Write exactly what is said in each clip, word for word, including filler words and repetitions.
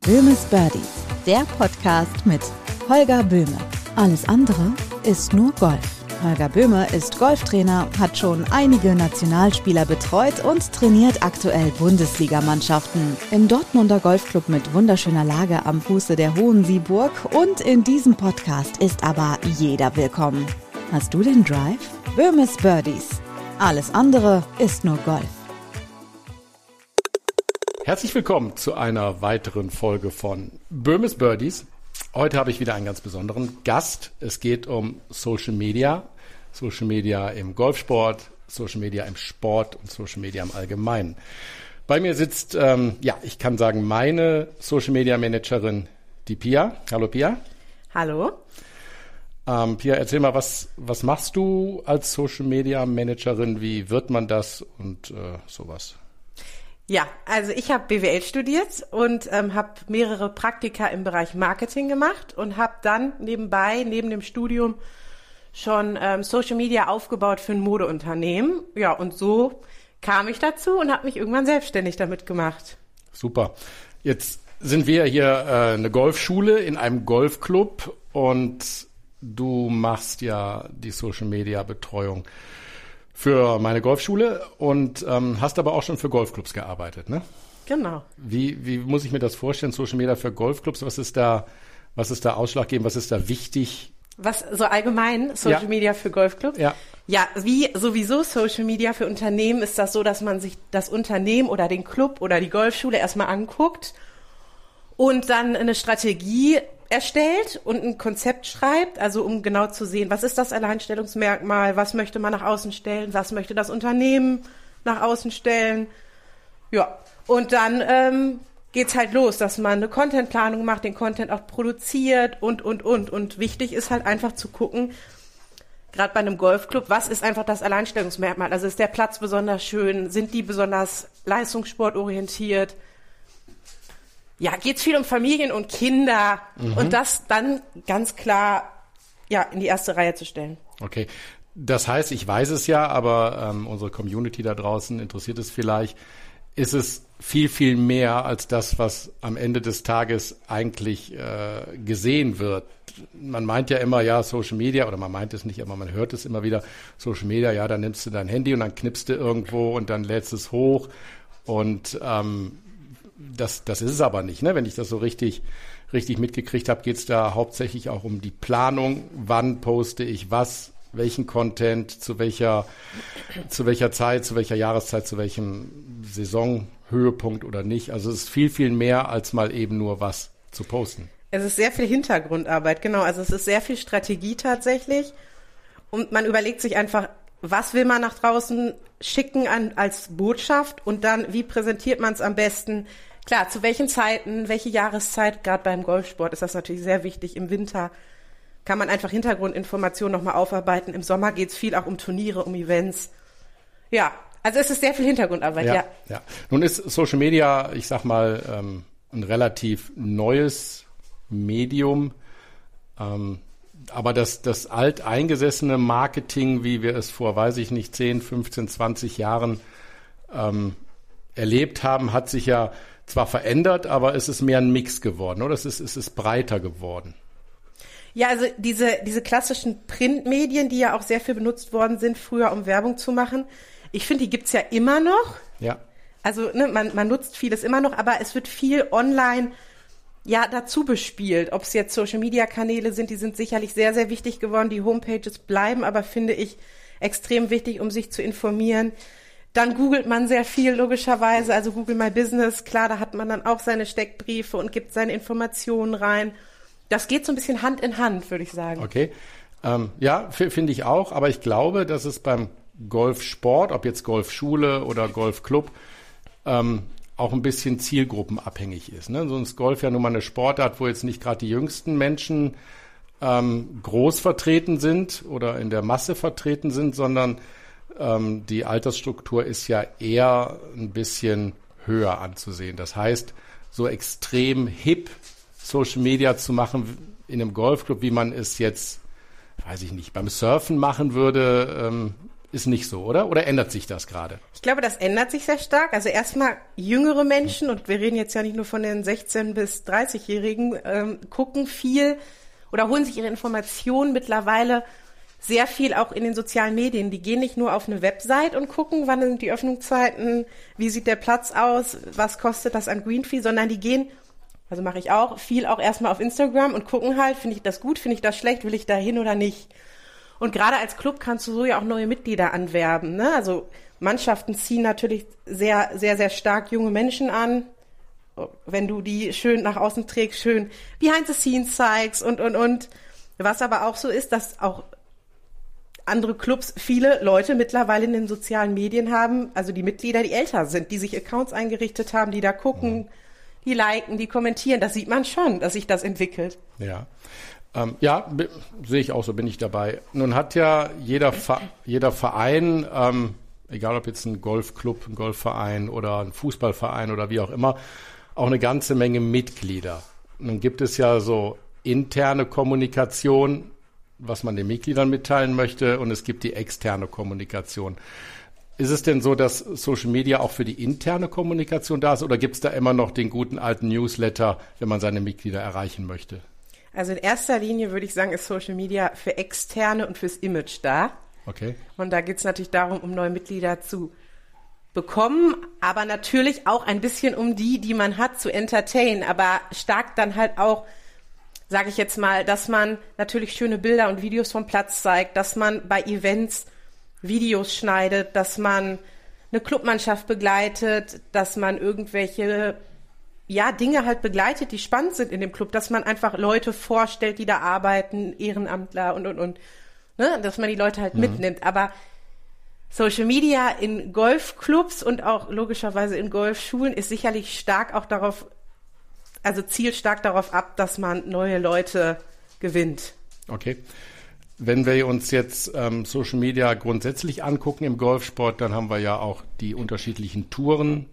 Böhmes Birdies, der Podcast mit Holger Böhme. Alles andere ist nur Golf. Holger Böhme ist Golftrainer, hat schon einige Nationalspieler betreut und trainiert aktuell Bundesligamannschaften. Im Dortmunder Golfclub mit wunderschöner Lage am Fuße der Hohen Sieburg und in diesem Podcast ist aber jeder willkommen. Hast du den Drive? Böhmes Birdies. Alles andere ist nur Golf. Herzlich willkommen zu einer weiteren Folge von Böhmes Birdies. Heute habe ich wieder einen ganz besonderen Gast. Es geht um Social Media. Social Media im Golfsport, Social Media im Sport und Social Media im Allgemeinen. Bei mir sitzt, ähm, ja, ich kann sagen, meine Social Media Managerin, die Pia. Hallo Pia. Hallo. Ähm, Pia, erzähl mal, was, was machst du als Social Media Managerin? Wie wird man das und äh, sowas? Ja, also ich habe B W L studiert und ähm, habe mehrere Praktika im Bereich Marketing gemacht und habe dann nebenbei, neben dem Studium, schon ähm, Social Media aufgebaut für ein Modeunternehmen. Ja, und so kam ich dazu und habe mich irgendwann selbstständig damit gemacht. Super. Jetzt sind wir hier äh, eine Golfschule in einem Golfclub und du machst ja die Social Media Betreuung für meine Golfschule und ähm, hast aber auch schon für Golfclubs gearbeitet, ne? Genau. Wie, wie muss ich mir das vorstellen, Social Media für Golfclubs? Was ist da, was ist da ausschlaggebend? Was ist da wichtig? Was so allgemein Social Ja. Media für Golfclubs? Ja. Ja, wie sowieso Social Media für Unternehmen ist das so, dass man sich das Unternehmen oder den Club oder die Golfschule erstmal anguckt und dann eine Strategie erstellt und ein Konzept schreibt, also um genau zu sehen, was ist das Alleinstellungsmerkmal, was möchte man nach außen stellen, was möchte das Unternehmen nach außen stellen. Ja, und dann ähm, geht's halt los, dass man eine Contentplanung macht, den Content auch produziert und, und, und. Und wichtig ist halt einfach zu gucken, gerade bei einem Golfclub, was ist einfach das Alleinstellungsmerkmal? Also ist der Platz besonders schön? Sind die besonders leistungssportorientiert? Ja, geht's viel um Familien und Kinder mhm. und das dann ganz klar ja in die erste Reihe zu stellen. Okay, das heißt, ich weiß es ja, aber ähm, unsere Community da draußen interessiert es vielleicht. Ist es viel, viel mehr als das, was am Ende des Tages eigentlich äh, gesehen wird? Man meint ja immer, ja, Social Media, oder man meint es nicht, aber man hört es immer wieder, Social Media, ja, dann nimmst du dein Handy und dann knippst du irgendwo und dann lädst es hoch und ähm, Das, das ist es aber nicht, ne? Wenn ich das so richtig, richtig mitgekriegt habe, geht es da hauptsächlich auch um die Planung. Wann poste ich was, welchen Content, zu welcher, zu welcher Zeit, zu welcher Jahreszeit, zu welchem Saisonhöhepunkt oder nicht. Also es ist viel, viel mehr, als mal eben nur was zu posten. Es ist sehr viel Hintergrundarbeit, genau. Also es ist sehr viel Strategie tatsächlich. Und man überlegt sich einfach, was will man nach draußen schicken an, als Botschaft und dann, wie präsentiert man es am besten? Klar, zu welchen Zeiten, welche Jahreszeit, gerade beim Golfsport ist das natürlich sehr wichtig. Im Winter kann man einfach Hintergrundinformationen nochmal aufarbeiten. Im Sommer geht es viel auch um Turniere, um Events. Ja, also es ist sehr viel Hintergrundarbeit, ja. Ja, ja. Nun ist Social Media, ich sag mal, ähm, ein relativ neues Medium. Ähm, Aber das, das alteingesessene Marketing, wie wir es vor, weiß ich nicht, zehn, fünfzehn, zwanzig Jahren ähm, erlebt haben, hat sich ja zwar verändert, aber es ist mehr ein Mix geworden, oder? Es ist, es ist breiter geworden. Ja, also diese, diese klassischen Printmedien, die ja auch sehr viel benutzt worden sind, früher um Werbung zu machen, ich finde, die gibt's ja immer noch. Ja. Also ne, man, man nutzt vieles immer noch, aber es wird viel online ja dazu bespielt, ob es jetzt Social-Media-Kanäle sind, die sind sicherlich sehr, sehr wichtig geworden. Die Homepages bleiben aber, finde ich, extrem wichtig, um sich zu informieren. Dann googelt man sehr viel, logischerweise, also Google My Business, klar, da hat man dann auch seine Steckbriefe und gibt seine Informationen rein. Das geht so ein bisschen Hand in Hand, würde ich sagen. Okay, ähm, ja, f- finde ich auch, aber ich glaube, dass es beim Golfsport, ob jetzt Golfschule oder Golfclub, ähm, auch ein bisschen zielgruppenabhängig ist. Ne? So ist Golf ja nun mal eine Sportart, wo jetzt nicht gerade die jüngsten Menschen ähm, groß vertreten sind oder in der Masse vertreten sind, sondern ähm, die Altersstruktur ist ja eher ein bisschen höher anzusehen. Das heißt, so extrem hip Social Media zu machen in einem Golfclub, wie man es jetzt, weiß ich nicht, beim Surfen machen würde, ähm, ist nicht so, oder? Oder ändert sich das gerade? Ich glaube, das ändert sich sehr stark. Also erstmal jüngere Menschen, und wir reden jetzt ja nicht nur von den sechzehn- bis dreißig-Jährigen, ähm, gucken viel oder holen sich ihre Informationen mittlerweile sehr viel auch in den sozialen Medien. Die gehen nicht nur auf eine Website und gucken, wann sind die Öffnungszeiten, wie sieht der Platz aus, was kostet das an Greenfee, sondern die gehen, also mache ich auch, viel auch erstmal auf Instagram und gucken halt, finde ich das gut, finde ich das schlecht, will ich da hin oder nicht. Und gerade als Club kannst du so ja auch neue Mitglieder anwerben, ne? Also Mannschaften ziehen natürlich sehr, sehr, sehr stark junge Menschen an. Wenn du die schön nach außen trägst, schön behind the scenes zeigst und, und, und. Was aber auch so ist, dass auch andere Clubs viele Leute mittlerweile in den sozialen Medien haben, also die Mitglieder, die älter sind, die sich Accounts eingerichtet haben, die da gucken, die liken, die kommentieren. Das sieht man schon, dass sich das entwickelt. Ja. Ähm, ja, b- sehe ich auch so, bin ich dabei. Nun hat ja jeder, Ver- jeder Verein, ähm, egal ob jetzt ein Golfclub, ein Golfverein oder ein Fußballverein oder wie auch immer, auch eine ganze Menge Mitglieder. Nun gibt es ja so interne Kommunikation, was man den Mitgliedern mitteilen möchte, und es gibt die externe Kommunikation. Ist es denn so, dass Social Media auch für die interne Kommunikation da ist, oder gibt es da immer noch den guten alten Newsletter, wenn man seine Mitglieder erreichen möchte? Also in erster Linie würde ich sagen, ist Social Media für Externe und fürs Image da. Okay. Und da geht es natürlich darum, um neue Mitglieder zu bekommen, aber natürlich auch ein bisschen um die, die man hat, zu entertainen, aber stark dann halt auch, sage ich jetzt mal, dass man natürlich schöne Bilder und Videos vom Platz zeigt, dass man bei Events Videos schneidet, dass man eine Clubmannschaft begleitet, dass man irgendwelche ja, Dinge halt begleitet, die spannend sind in dem Club, dass man einfach Leute vorstellt, die da arbeiten, Ehrenamtler und, und, und, ne, dass man die Leute halt mhm. mitnimmt. Aber Social Media in Golfclubs und auch logischerweise in Golfschulen ist sicherlich stark auch darauf, also zielt stark darauf ab, dass man neue Leute gewinnt. Okay. Wenn wir uns jetzt ähm, Social Media grundsätzlich angucken im Golfsport, dann haben wir ja auch die unterschiedlichen Touren,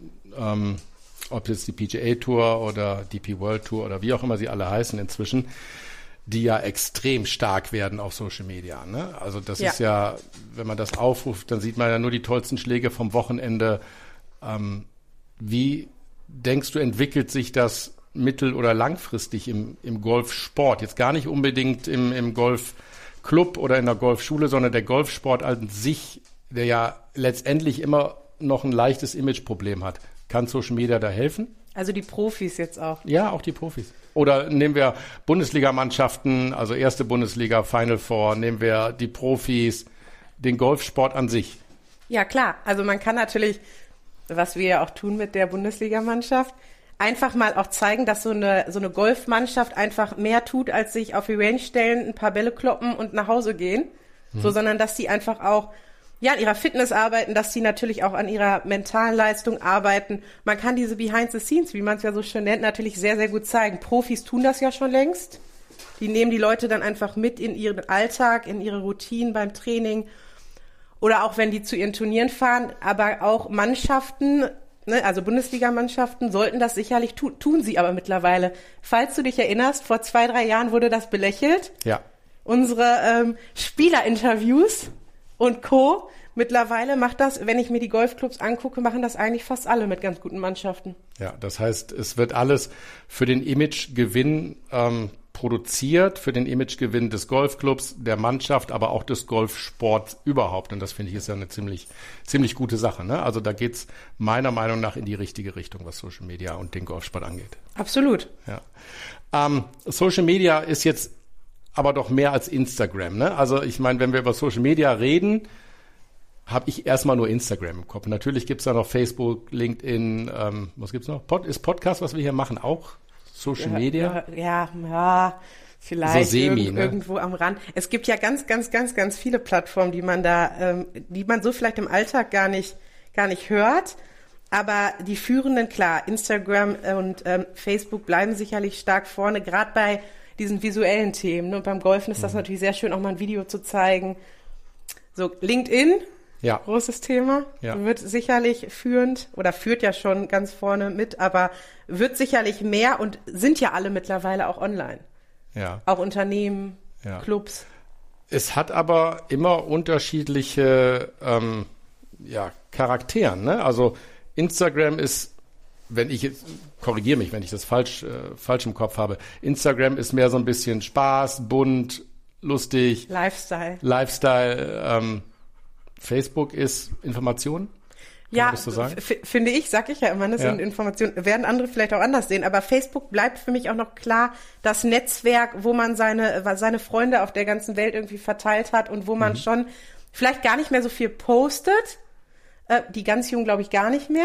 ähm, ob jetzt die P G A Tour oder D P World Tour oder wie auch immer sie alle heißen inzwischen, die ja extrem stark werden auf Social Media, ne? Also das ja. ist ja, wenn man das aufruft, dann sieht man ja nur die tollsten Schläge vom Wochenende. Ähm, wie denkst du, entwickelt sich das mittel- oder langfristig im, im Golfsport? Jetzt gar nicht unbedingt im, im Golfclub oder in der Golfschule, sondern der Golfsport an sich, der ja letztendlich immer noch ein leichtes Imageproblem hat. Kann Social Media da helfen? Also die Profis jetzt auch. Ja, auch die Profis. Oder nehmen wir Bundesligamannschaften, also erste Bundesliga, Final Four, nehmen wir die Profis, den Golfsport an sich. Ja, klar. Also man kann natürlich, was wir ja auch tun mit der Bundesligamannschaft, einfach mal auch zeigen, dass so eine, so eine Golfmannschaft einfach mehr tut, als sich auf die Range stellen, ein paar Bälle kloppen und nach Hause gehen. Mhm. So, sondern dass die einfach auch ja, an ihrer Fitness arbeiten, dass die natürlich auch an ihrer mentalen Leistung arbeiten. Man kann diese Behind the Scenes, wie man es ja so schön nennt, natürlich sehr, sehr gut zeigen. Profis tun das ja schon längst. Die nehmen die Leute dann einfach mit in ihren Alltag, in ihre Routinen beim Training oder auch wenn die zu ihren Turnieren fahren. Aber auch Mannschaften, ne, also Bundesligamannschaften sollten das sicherlich tun, tun sie aber mittlerweile. Falls du dich erinnerst, vor zwei, drei Jahren wurde das belächelt. Ja. Unsere ähm, Spielerinterviews und Co. Mittlerweile macht das, wenn ich mir die Golfclubs angucke, machen das eigentlich fast alle mit ganz guten Mannschaften. Ja, das heißt, es wird alles für den Imagegewinn ähm, produziert, für den Imagegewinn des Golfclubs, der Mannschaft, aber auch des Golfsports überhaupt. Und das finde ich ist ja eine ziemlich, ziemlich gute Sache, ne? Also da geht's meiner Meinung nach in die richtige Richtung, was Social Media und den Golfsport angeht. Absolut. Ja. Ähm, Social Media ist jetzt aber doch mehr als Instagram, ne? Also ich meine, wenn wir über Social Media reden, habe ich erstmal nur Instagram im Kopf. Natürlich gibt's da noch Facebook, LinkedIn, ähm, was gibt's noch? Pod, ist Podcast, was wir hier machen, auch Social ja, Media? Ja, ja, vielleicht so semi, irg- ne? irgendwo am Rand. Es gibt ja ganz, ganz, ganz, ganz viele Plattformen, die man da, ähm, die man so vielleicht im Alltag gar nicht, gar nicht hört. Aber die führenden, klar, Instagram und ähm, Facebook bleiben sicherlich stark vorne, gerade bei diesen visuellen Themen. Ne? Und beim Golfen ist das mhm. natürlich sehr schön, auch mal ein Video zu zeigen. So, LinkedIn, ja. großes Thema, ja. wird sicherlich führend oder führt ja schon ganz vorne mit, aber wird sicherlich mehr und sind ja alle mittlerweile auch online. Ja. Auch Unternehmen, ja. Clubs. es hat aber immer unterschiedliche ähm, ja, Charakteren. Ne? Also Instagram ist, wenn ich jetzt, korrigiere mich, wenn ich das falsch, äh, falsch im Kopf habe, Instagram ist mehr so ein bisschen Spaß, bunt, lustig. Lifestyle. Lifestyle. Ähm, Facebook ist Information. Ja, so f- finde ich, sag ich ja immer, das ja. sind Informationen, werden andere vielleicht auch anders sehen, aber Facebook bleibt für mich auch noch klar das Netzwerk, wo man seine, seine Freunde auf der ganzen Welt irgendwie verteilt hat und wo man mhm. schon vielleicht gar nicht mehr so viel postet, äh, die ganz jungen glaube ich gar nicht mehr,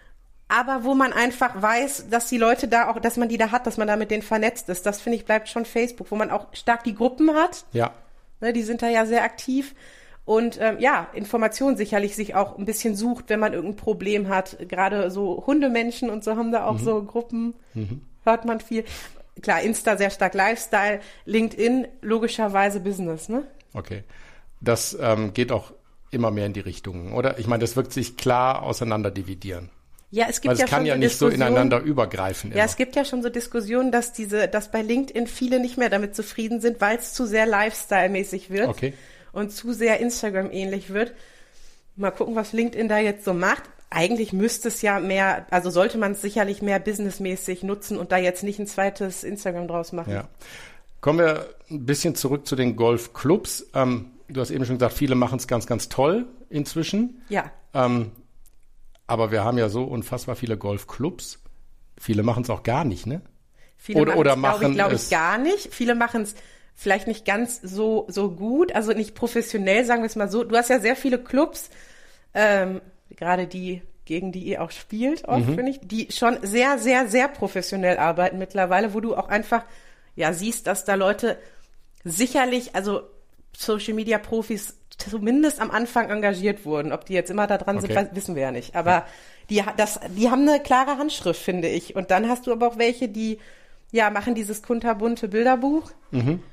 aber wo man einfach weiß, dass die Leute da auch, dass man die da hat, dass man da mit denen vernetzt ist, das finde ich bleibt schon Facebook, wo man auch stark die Gruppen hat, ja, ne, die sind da ja sehr aktiv. Und ähm, ja, Information sicherlich sich auch ein bisschen sucht, wenn man irgendein Problem hat. Gerade so Hundemenschen und so haben da auch mhm. so Gruppen, mhm. hört man viel. Klar, Insta sehr stark Lifestyle, LinkedIn logischerweise Business, ne? Okay, das ähm, geht auch immer mehr in die Richtung, oder? Ich meine, das wird sich klar auseinander dividieren. Ja, es gibt Weil ja es kann schon ja so nicht so ineinander übergreifen. Ja, immer. Es gibt ja schon so Diskussionen, dass diese, dass bei LinkedIn viele nicht mehr damit zufrieden sind, weil es zu sehr Lifestyle-mäßig wird. Okay. Und zu sehr Instagram-ähnlich wird. Mal gucken, was LinkedIn da jetzt so macht. Eigentlich müsste es ja mehr, also sollte man es sicherlich mehr businessmäßig nutzen und da jetzt nicht ein zweites Instagram draus machen. Ja. Kommen wir ein bisschen zurück zu den Golfclubs. Ähm, du hast eben schon gesagt, viele machen es ganz, ganz toll inzwischen. Ja. Ähm, aber wir haben ja so unfassbar viele Golfclubs. Viele machen es auch gar nicht, ne? Viele oder oder machen es, glaube ich, glaub ich, es gar nicht. Viele machen es vielleicht nicht ganz so so gut, also nicht professionell, sagen wir es mal so. Du hast ja sehr viele Clubs, ähm, gerade die, gegen die ihr auch spielt, oft, mhm. finde ich, die schon sehr, sehr, sehr professionell arbeiten mittlerweile, wo du auch einfach ja siehst, dass da Leute sicherlich, also Social-Media-Profis zumindest am Anfang engagiert wurden. Ob die jetzt immer da dran okay. sind, wissen wir ja nicht. Aber die, das, die haben eine klare Handschrift, finde ich. Und dann hast du aber auch welche, die ja machen dieses kunterbunte Bilderbuch. Mhm.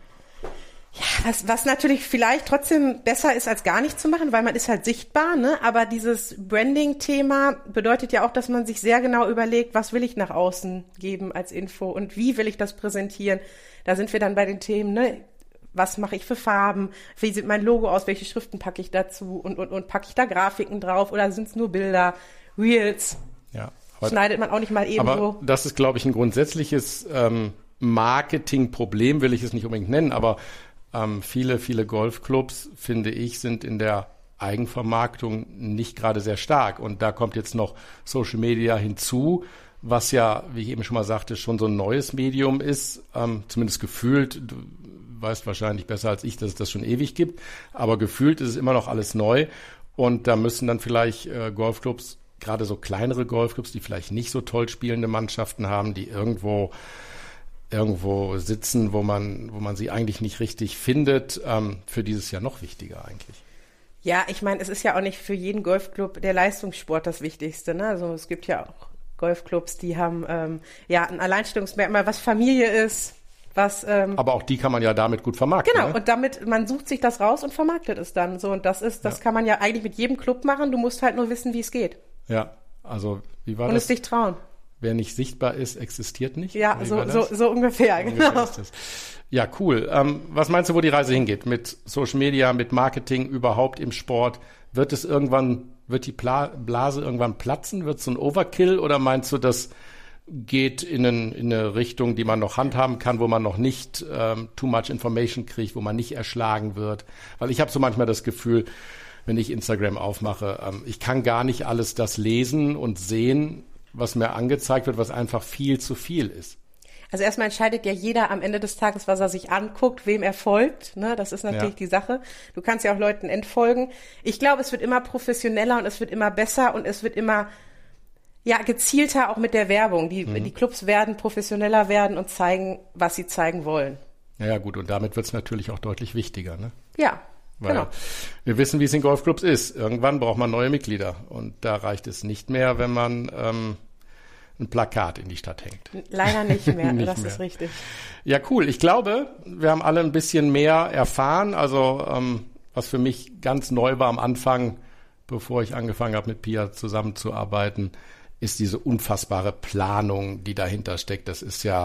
Ja, was, was natürlich vielleicht trotzdem besser ist, als gar nicht zu machen, weil man ist halt sichtbar, ne? Aber dieses Branding-Thema bedeutet ja auch, dass man sich sehr genau überlegt, was will ich nach außen geben als Info und wie will ich das präsentieren. Da sind wir dann bei den Themen, ne? Was mache ich für Farben? Wie sieht mein Logo aus? Welche Schriften packe ich dazu? Und, und, und packe ich da Grafiken drauf? Oder sind es nur Bilder? Reels? Ja. Schneidet man auch nicht mal eben aber so. Das ist, glaube ich, ein grundsätzliches ähm, Marketingproblem, will ich es nicht unbedingt nennen, aber ähm, viele, viele Golfclubs, finde ich, sind in der Eigenvermarktung nicht gerade sehr stark. Und da kommt jetzt noch Social Media hinzu, was ja, wie ich eben schon mal sagte, schon so ein neues Medium ist, ähm, zumindest gefühlt. Du weißt wahrscheinlich besser als ich, dass es das schon ewig gibt, aber gefühlt ist es immer noch alles neu. Und da müssen dann vielleicht äh, Golfclubs, gerade so kleinere Golfclubs, die vielleicht nicht so toll spielende Mannschaften haben, die irgendwo irgendwo sitzen, wo man wo man sie eigentlich nicht richtig findet, ähm, für dieses Jahr noch wichtiger eigentlich. Ja, ich meine, es ist ja auch nicht für jeden Golfclub der Leistungssport das Wichtigste, ne? Also es gibt ja auch Golfclubs, die haben ähm, ja ein Alleinstellungsmerkmal, was Familie ist, was ähm, aber auch die kann man ja damit gut vermarkten. Genau, ne? und damit, man sucht sich das raus und vermarktet es dann so. Und das ist, das ja. kann man ja eigentlich mit jedem Club machen, du musst halt nur wissen, wie es geht. Ja, also wie war und das? Und es dich trauen. Wer nicht sichtbar ist, existiert nicht. Ja, so, so, so ungefähr, so genau. Ungefähr ja, cool. Ähm, was meinst du, wo die Reise hingeht? Mit Social Media, mit Marketing überhaupt im Sport? Wird es irgendwann, wird die Pla- Blase irgendwann platzen? Wird es so ein Overkill? Oder meinst du, das geht in, einen, in eine Richtung, die man noch handhaben kann, wo man noch nicht ähm, too much information kriegt, wo man nicht erschlagen wird? Weil ich habe so manchmal das Gefühl, wenn ich Instagram aufmache, ähm, ich kann gar nicht alles das lesen und sehen, was mir angezeigt wird, was einfach viel zu viel ist. Also erstmal entscheidet ja jeder am Ende des Tages, was er sich anguckt, wem er folgt. Ne? Das ist natürlich ja. die Sache. Du kannst ja auch Leuten entfolgen. Ich glaube, es wird immer professioneller und es wird immer besser und es wird immer ja gezielter auch mit der Werbung. Die, mhm. die Clubs werden professioneller werden und zeigen, was sie zeigen wollen. Naja gut, und damit wird es natürlich auch deutlich wichtiger. Ne? Ja. Weil genau. wir wissen, wie es in Golfclubs ist. Irgendwann braucht man neue Mitglieder. Und da reicht es nicht mehr, wenn man ähm, ein Plakat in die Stadt hängt. Leider nicht mehr, nicht das mehr. ist richtig. Ja, cool. Ich glaube, wir haben alle ein bisschen mehr erfahren. Also ähm, was für mich ganz neu war am Anfang, bevor ich angefangen habe, mit Pia zusammenzuarbeiten, ist diese unfassbare Planung, die dahinter steckt. Das ist ja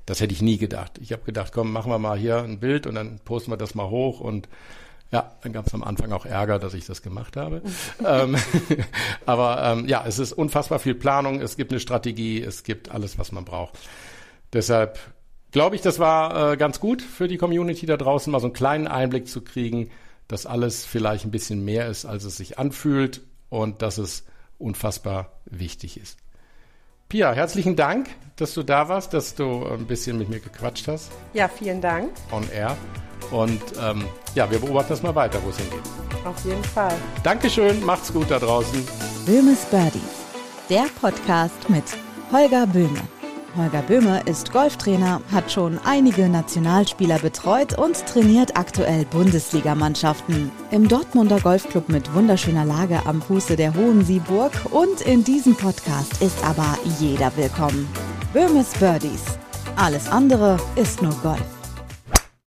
Das hätte ich nie gedacht. Ich habe gedacht, komm, machen wir mal hier ein Bild und dann posten wir das mal hoch und ja, dann gab es am Anfang auch Ärger, dass ich das gemacht habe. ähm, aber ähm, ja, es ist unfassbar viel Planung, es gibt eine Strategie, es gibt alles, was man braucht. Deshalb glaube ich, das war äh, ganz gut für die Community da draußen, mal so einen kleinen Einblick zu kriegen, dass alles vielleicht ein bisschen mehr ist, als es sich anfühlt und dass es unfassbar wichtig ist. Pia, herzlichen Dank, dass du da warst, dass du ein bisschen mit mir gequatscht hast. Ja, vielen Dank. On air. Und ähm, ja, wir beobachten das mal weiter, wo es hingeht. Auf jeden Fall. Dankeschön, macht's gut da draußen. Böhmes Birdies, der Podcast mit Holger Böhme. Holger Böhme ist Golftrainer, hat schon einige Nationalspieler betreut und trainiert aktuell Bundesligamannschaften. Im Dortmunder Golfclub mit wunderschöner Lage am Fuße der Hohen Sieburg und in diesem Podcast ist aber jeder willkommen. Böhmes Birdies. Alles andere ist nur Golf.